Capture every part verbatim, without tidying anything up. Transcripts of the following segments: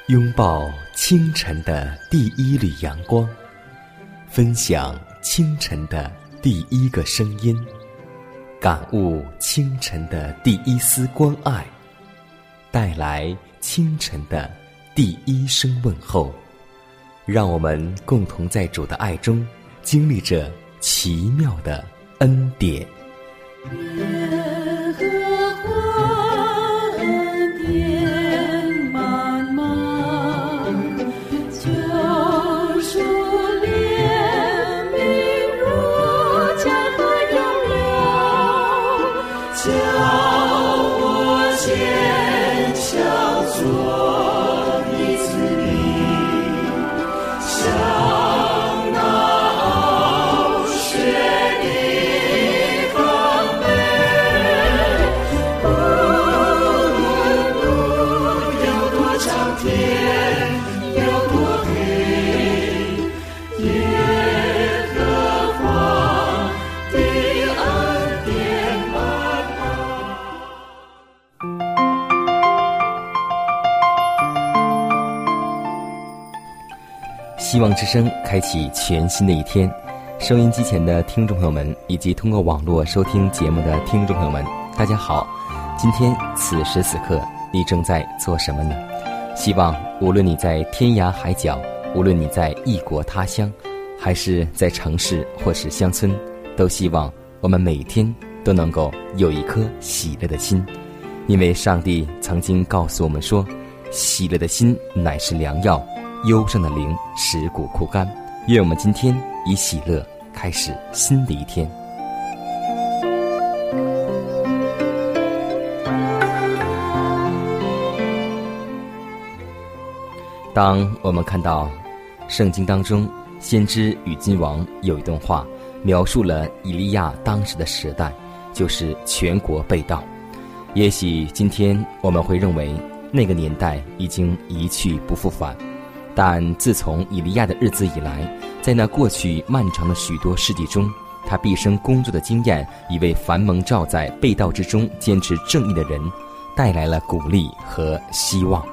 拥抱清晨的第一缕阳光，分享清晨的第一个声音，感悟清晨的第一丝关爱，带来清晨的第一声问候。让我们共同在主的爱中经历着奇妙的恩典。希望之声开启全新的一天，收音机前的听众朋友们，以及通过网络收听节目的听众朋友们，大家好。今天此时此刻你正在做什么呢？希望无论你在天涯海角，无论你在异国他乡，还是在城市或是乡村，都希望我们每天都能够有一颗喜乐的心。因为上帝曾经告诉我们说，喜乐的心乃是良药，忧伤的灵使骨枯干。愿我们今天以喜乐开始新的一天。当我们看到圣经当中先知与君王有一段话，描述了以利亚当时的时代，就是全国被盗。也许今天我们会认为那个年代已经一去不复返，但自从以利亚的日子以来，在那过去漫长的许多世纪中，他毕生工作的经验，已为凡蒙召在被盗之中坚持正义的人带来了鼓励和希望。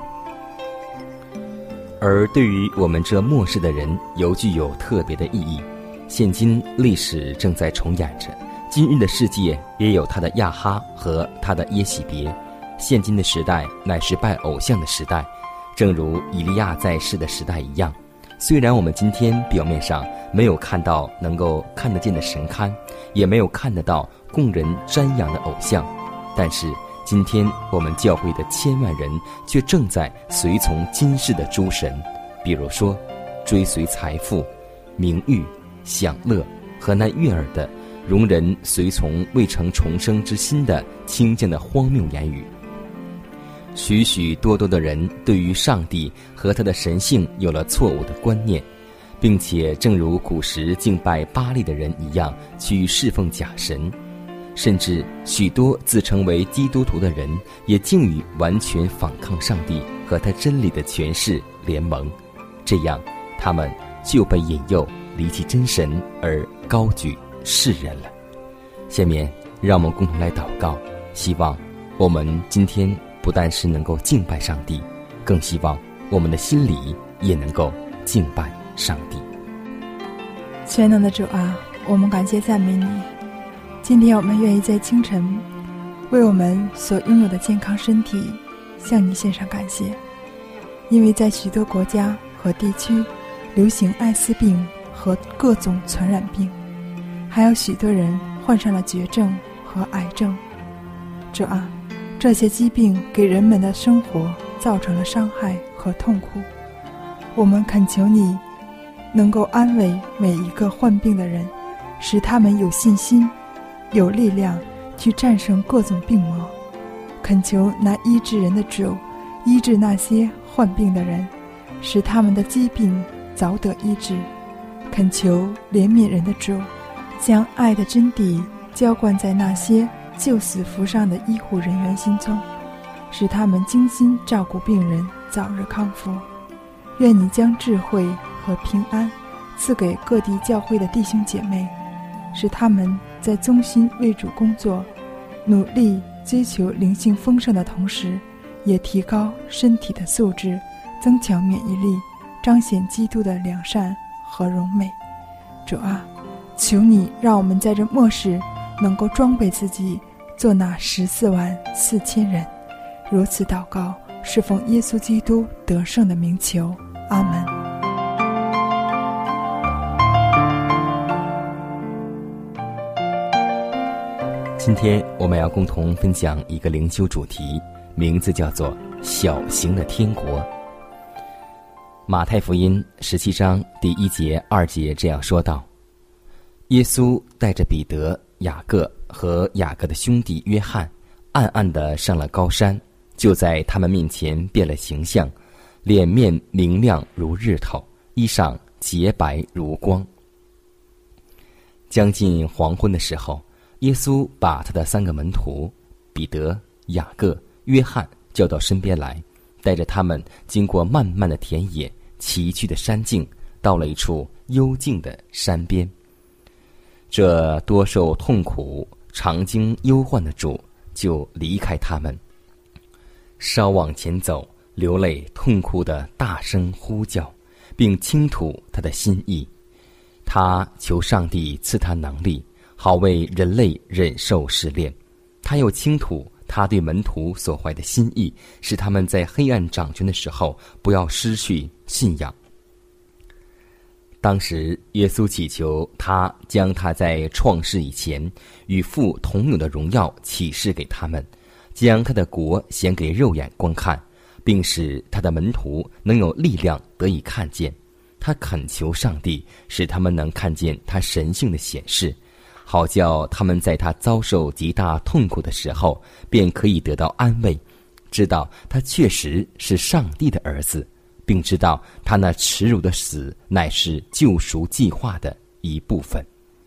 而对于我们这末世的人，尤具有特别的意义。现今历史正在重演着，今日的世界也有他的亚哈和他的耶洗别。现今的时代乃是拜偶像的时代，正如以利亚在世的时代一样。虽然我们今天表面上没有看到能够看得见的神龛，也没有看得到供人瞻仰的偶像，但是今天我们教会的千万人却正在随从今世的诸神，比如说追随财富、名誉、享乐和那悦耳的容人随从未成重生之心的轻贱的荒谬言语。许许多多的人对于上帝和他的神性有了错误的观念，并且正如古时敬拜巴力的人一样去侍奉假神，甚至许多自称为基督徒的人也竟与完全反抗上帝和他真理的权势联盟，这样他们就被引诱离弃真神而高举世人了。下面让我们共同来祷告，希望我们今天不但是能够敬拜上帝，更希望我们的心里也能够敬拜上帝。 全能的主啊，我们感谢赞美你。今天我们愿意在清晨为我们所拥有的健康身体向你献上感谢，因为在许多国家和地区流行艾滋病和各种传染病，还有许多人患上了绝症和癌症。主啊，这些疾病给人们的生活造成了伤害和痛苦，我们恳求你能够安慰每一个患病的人，使他们有信心有力量去战胜各种病魔。恳求那医治人的主医治那些患病的人，使他们的疾病早得医治。恳求怜悯人的主将爱的真谛浇灌在那些救死扶伤的医护人员心中，使他们精心照顾病人早日康复。愿你将智慧和平安赐给各地教会的弟兄姐妹，使他们在忠心为主工作，努力追求灵性丰盛的同时，也提高身体的素质， 增强免疫力，彰显基督的良善和荣美。主啊，求你让我们在这末世能够装备自己，做那十四万四千人。如此祷告，是奉耶稣基督得胜的名求，阿门。 今天我们要共同分享一个灵修主题，名字叫做小型的天国。马太福音十七章第一节二节这样说道：耶稣带着彼得、雅各和雅各的兄弟约翰，暗暗地上了高山，就在他们面前变了形象，脸面明亮如日头，衣裳洁白如光。将近黄昏的时候，耶稣把他的三个门徒彼得、雅各、约翰叫到身边来，带着他们经过漫漫的田野、崎岖的山径，到了一处幽静的山边。这多受痛苦、常经忧患的主就离开他们，稍往前走，流泪痛哭地大声呼叫，并倾吐他的心意。他求上帝赐他能力，好为人类忍受试炼。他又倾吐他对门徒所怀的心意，使他们在黑暗掌权的时候不要失去信仰。当时耶稣祈求他将他在创世以前与父同有的荣耀启示给他们，将他的国显给肉眼观看，并使他的门徒能有力量得以看见。他恳求上帝使他们能看见他神性的显示，好叫他们在他遭受极大痛苦的时候便可以得到安慰，知道他确实是上帝的儿子，并知道他那耻辱的死乃是救赎计划的一部分。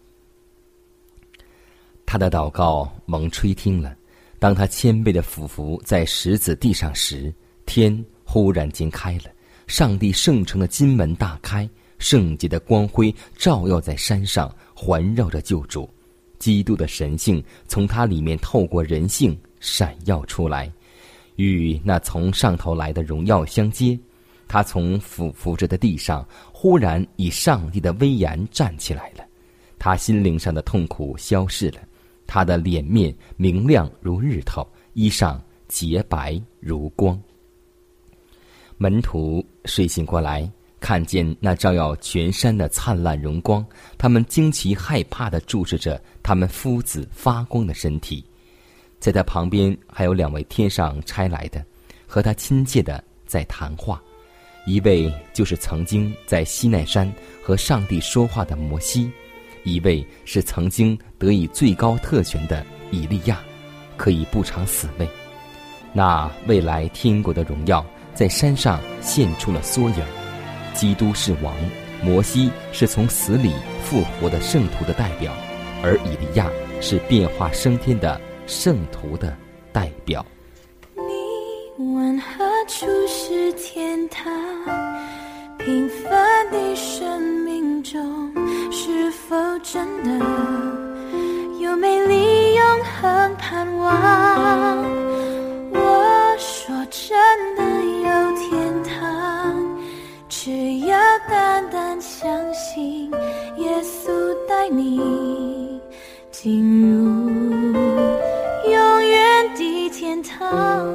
他的祷告蒙垂听了，当他谦卑地俯伏在石子地上时，天忽然间开了，上帝圣城的金门大开，圣洁的光辉照耀在山上，环绕着救主。基督的神性从他里面透过人性闪耀出来，与那从上头来的荣耀相接。他从俯伏着的地上忽然以上帝的威严站起来了，他心灵上的痛苦消逝了，他的脸面明亮如日头，衣裳洁白如光。门徒睡醒过来，看见那照耀全山的灿烂荣光，他们惊奇害怕地注视着他们夫子发光的身体。在他旁边还有两位天上差来的，和他亲切地在谈话。一位就是曾经在西奈山和上帝说话的摩西，一位是曾经得以最高特权的以利亚，可以不尝死味。那未来天国的荣耀在山上现出了缩影。基督是王，摩西是从死里复活的圣徒的代表，而以利亚是变化升天的圣徒的代表。 你问何处是天堂？平凡的生命中，是否真的有美丽永恒盼望？我说真的有天堂，只要单单相信耶稣带你进入永远的天堂。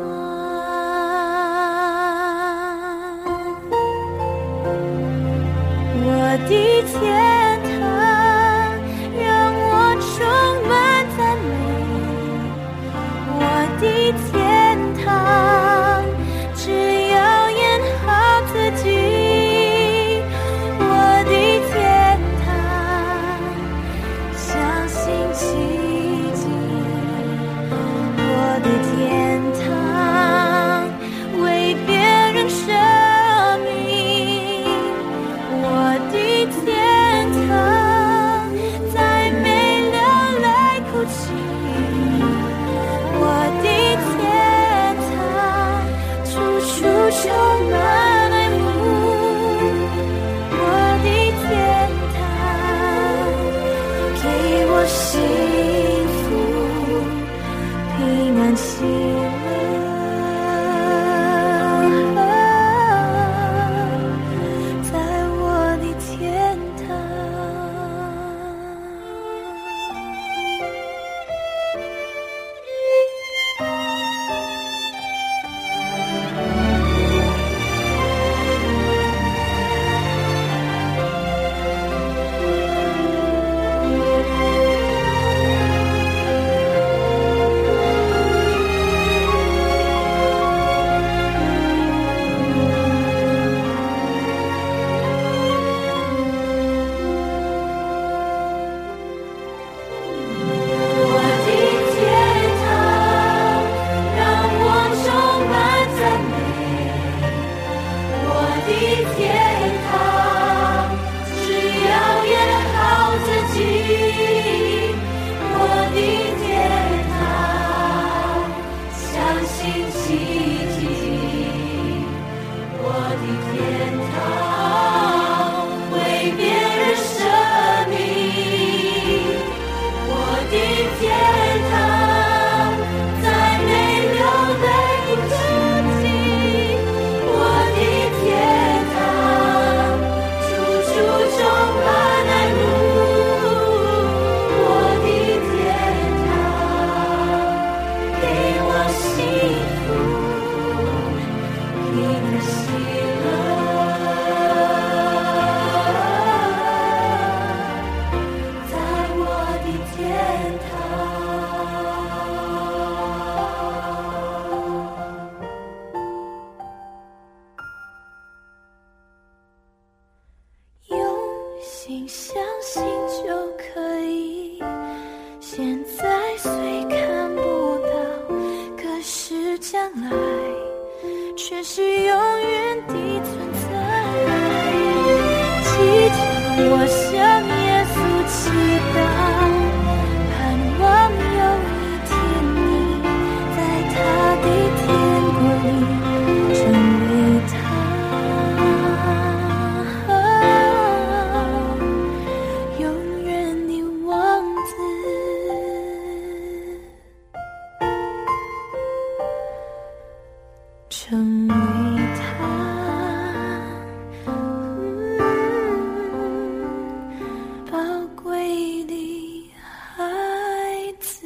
我的天堂让我充满赞美，我的天堂只要演好自己，我的天堂相信奇迹，我的天堂为别人舍命，我的天堂心相信就可以，现在虽看不到，可是将来却是永远的存在。祈求我向耶稣祈祷，盼望有一天你在他的天国里成为他永远的王子。成为他、嗯、宝贵的孩子。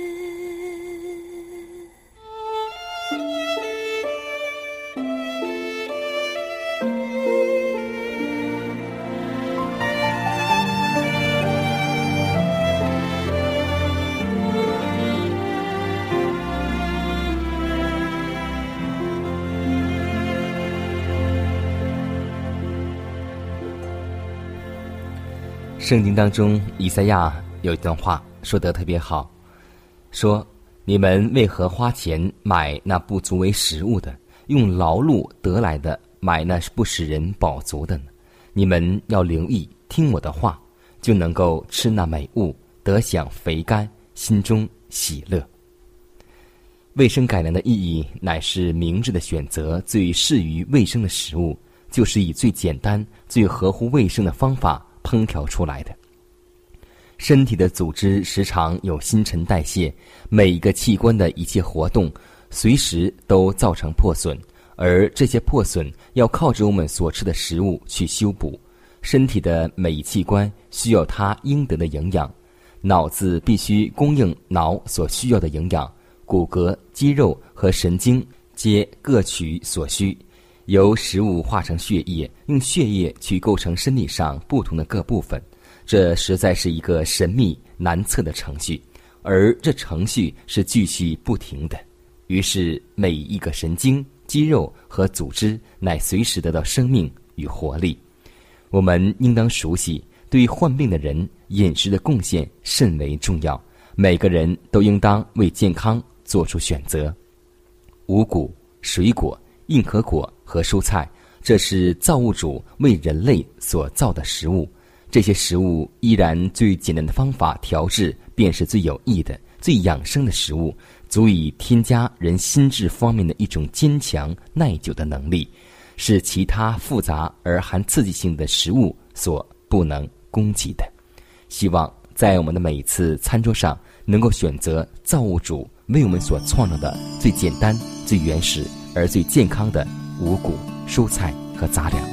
圣经当中，以赛亚有一段话说得特别好，说：你们为何花钱买那不足为食物的，用劳碌得来的买那不使人饱足的呢？你们要留意听我的话，就能够吃那美物，得享肥甘，心中喜乐。卫生改良的意义乃是明智的选择最适于卫生的食物，就是以最简单最合乎卫生的方法烹调出来的。身体的组织时常有新陈代谢，每一个器官的一切活动随时都造成破损，而这些破损要靠着我们所吃的食物去修补。身体的每一器官需要它应得的营养，脑子必须供应脑所需要的营养，骨骼、肌肉和神经皆各取所需，由食物化成血液，用血液去构成身体上不同的各部分。这实在是一个神秘难测的程序，而这程序是继续不停的。于是每一个神经、肌肉和组织乃随时得到生命与活力。我们应当熟悉，对患病的人饮食的贡献甚为重要，每个人都应当为健康做出选择。五谷、水果、硬壳果和蔬菜，这是造物主为人类所造的食物。这些食物依然最简单的方法调制，便是最有益的、最养生的食物，足以添加人心智方面的一种坚强耐久的能力，是其他复杂而含刺激性的食物所不能供给的。希望在我们的每一次餐桌上，能够选择造物主为我们所创造的最简单、最原始而最健康的五谷、蔬菜和杂粮。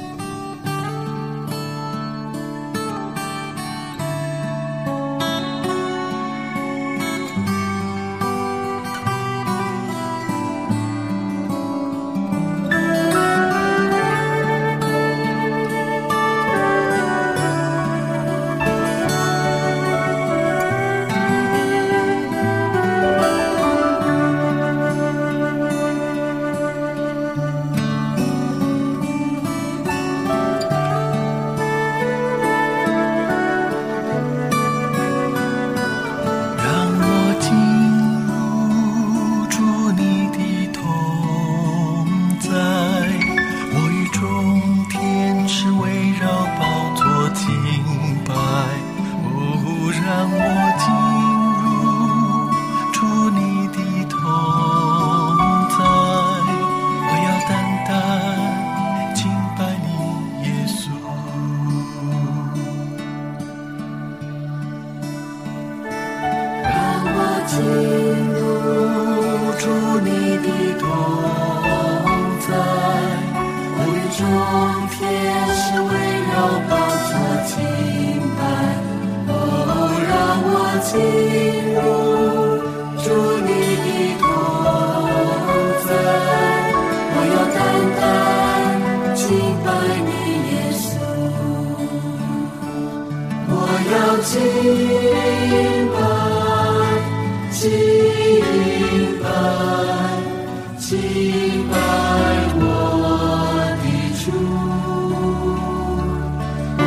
我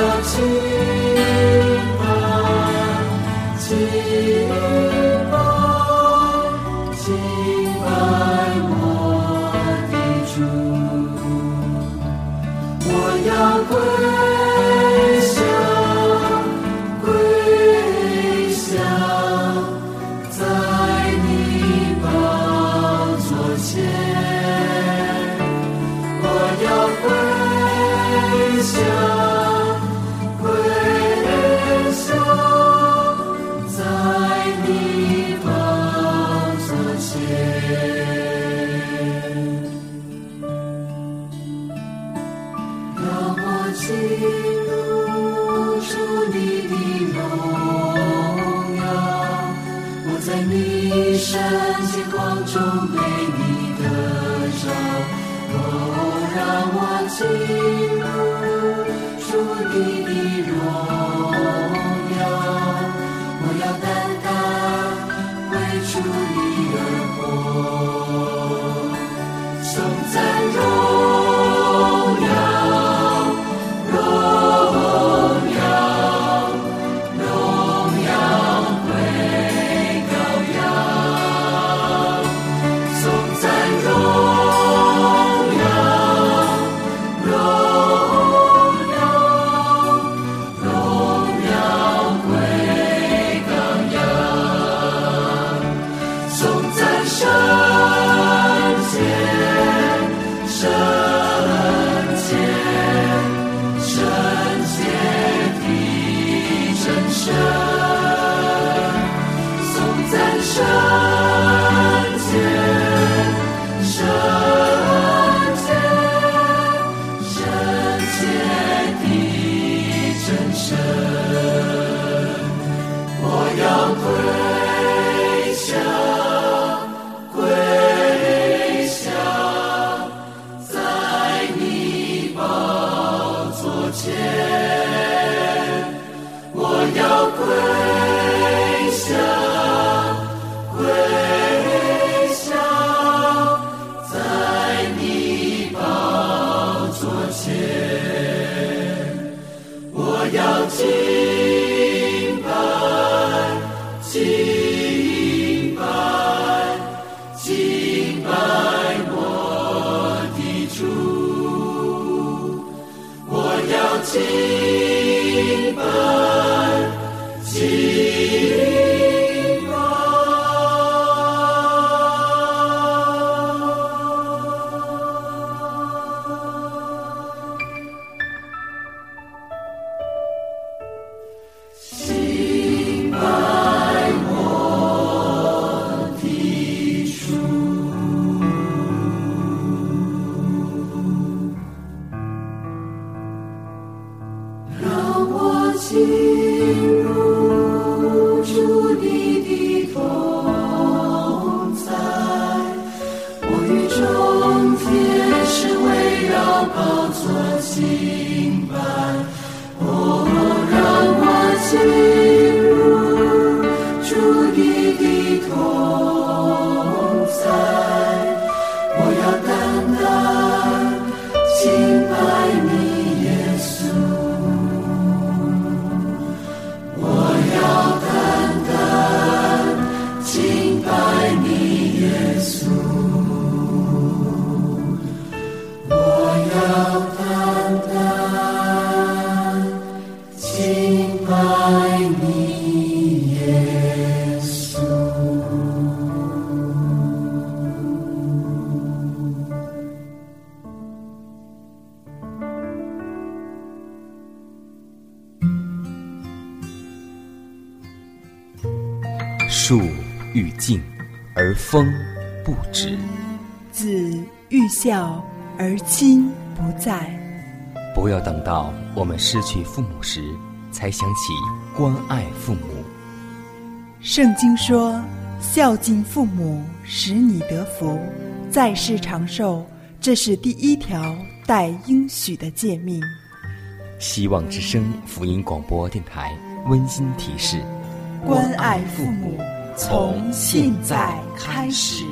树欲静而风不止， 子欲孝而亲不在。 不要等到我们失去父母时才想起关爱父母。 圣经说，孝敬父母使你得福，在世长寿，这是第一条带应许的诫命。 希望之声福音广播电台温馨提示： 关爱父母，从现在开始。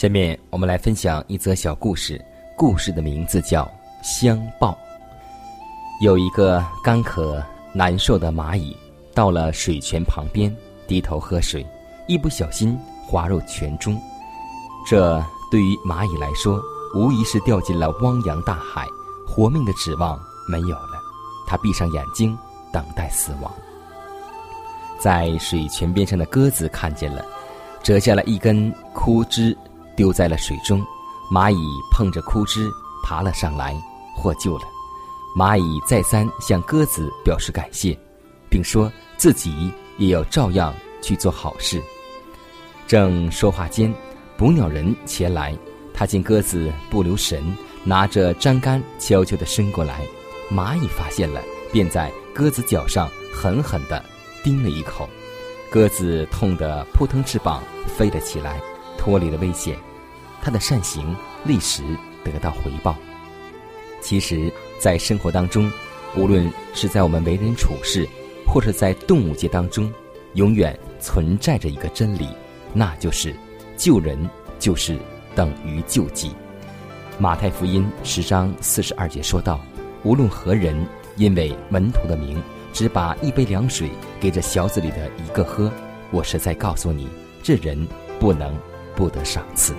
下面我们来分享一则小故事，故事的名字叫相报。有一个干渴难受的蚂蚁到了水泉旁边，低头喝水，一不小心滑入泉中。这对于蚂蚁来说，无疑是掉进了汪洋大海，活命的指望没有了。它闭上眼睛，等待死亡。在水泉边上的鸽子看见了，折下了一根枯枝丢在了水中，蚂蚁碰着枯枝爬了上来，获救了。蚂蚁再三向鸽子表示感谢，并说自己也要照样去做好事。正说话间，捕鸟人前来，他见鸽子不留神，拿着砧竿悄悄地伸过来，蚂蚁发现了，便在鸽子脚上狠狠地叮了一口，鸽子痛得扑腾翅膀飞了起来，脱离了危险。他的善行立时得到回报。其实在生活当中，无论是在我们为人处事，或者在动物界当中，永远存在着一个真理，那就是救人就是等于救己。马太福音十章四十二节说道，无论何人因为门徒的名只把一杯凉水给这小子里的一个喝，我实在告诉你，这人不能不得赏赐。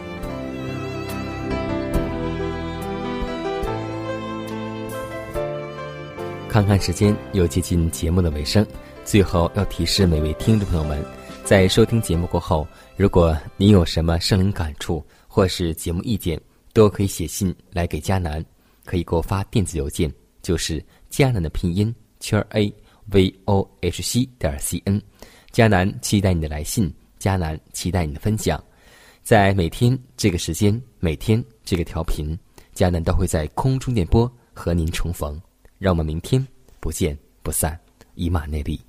看看时间，又接近节目的尾声，最后要提示每位听众朋友们，在收听节目过后，如果您有什么圣灵感触或是节目意见，都可以写信来给迦南，可以给我发电子邮件，就是迦南的拼音圈 a v o h c 点 c n。迦南期待你的来信，迦南期待你的分享。在每天这个时间，每天这个调频，迦南都会在空中电波和您重逢。让我们明天不见不散，以马内利。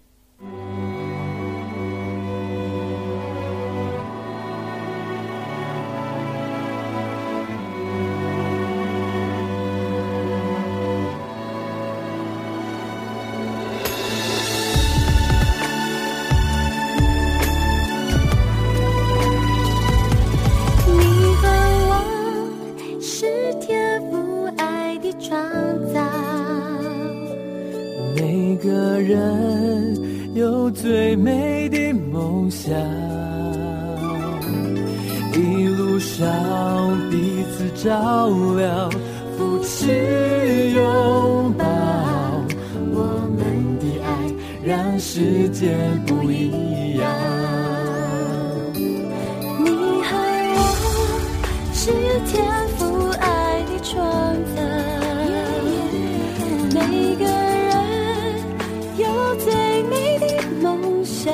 最美的梦想，一路上彼此照亮，扶持拥抱，我们的爱让世界不一样。 你和我是天父爱的创造，每个人有最美的梦想，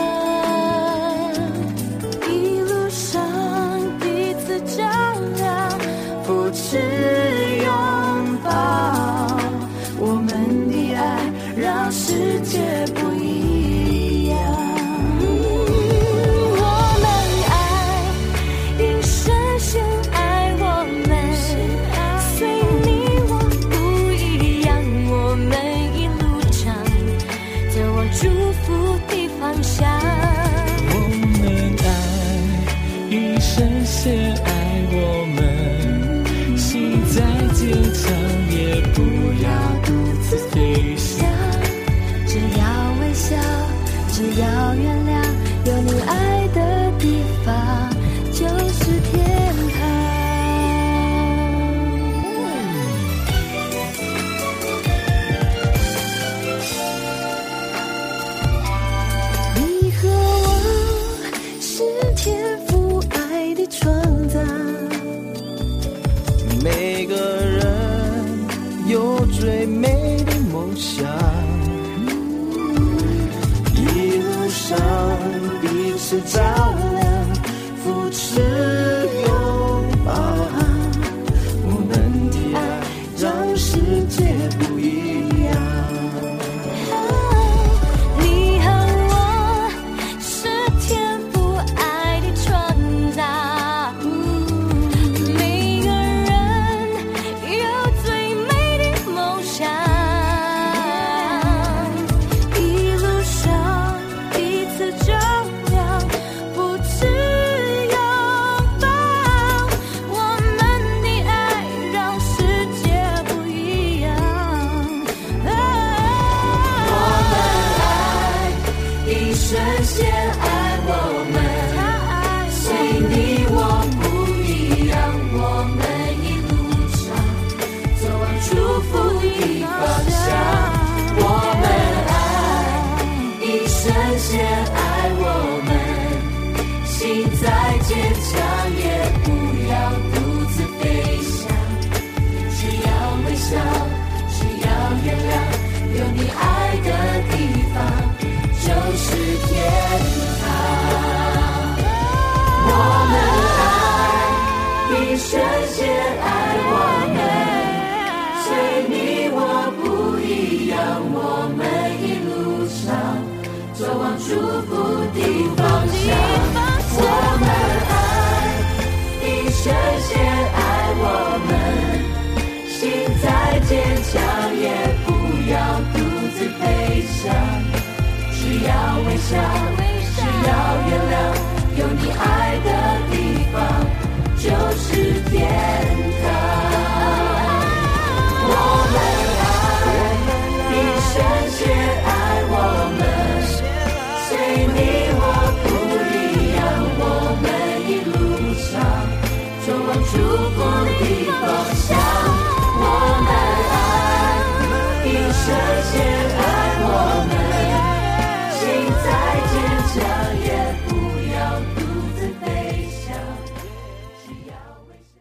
一路上彼此照亮，扶持拥抱，我们的爱让世界不一样。我们爱，因深深爱我们，随你我不一样，我们一路上走往祝福的方向。 我们爱，因深深爱我们，心再坚强也不要独自飞翔， 只要微笑，只要原谅，有你爱的地方就是天堂。你和我是天父爱的创造， 每个人有最美的梦想，一路上彼此照亮，扶持拥抱，我们的爱让世界不一样。 你和我是天父爱的创造，每个人有最美的梦想，一路上彼此照亮，扶先爱我们，随你我不一样，我们一路上走往祝福的方向。我们爱，一生先爱我们，心再坚强也不要独自飞翔，只要微笑，只要原谅，有你爱的地方就是天堂。我们爱，一生先爱我们，随你我不一样，我们一路上走往祝福的方向。我们爱，一生先爱我们，心再坚强也不要独自飞翔，只要微笑，只要原谅，有你爱的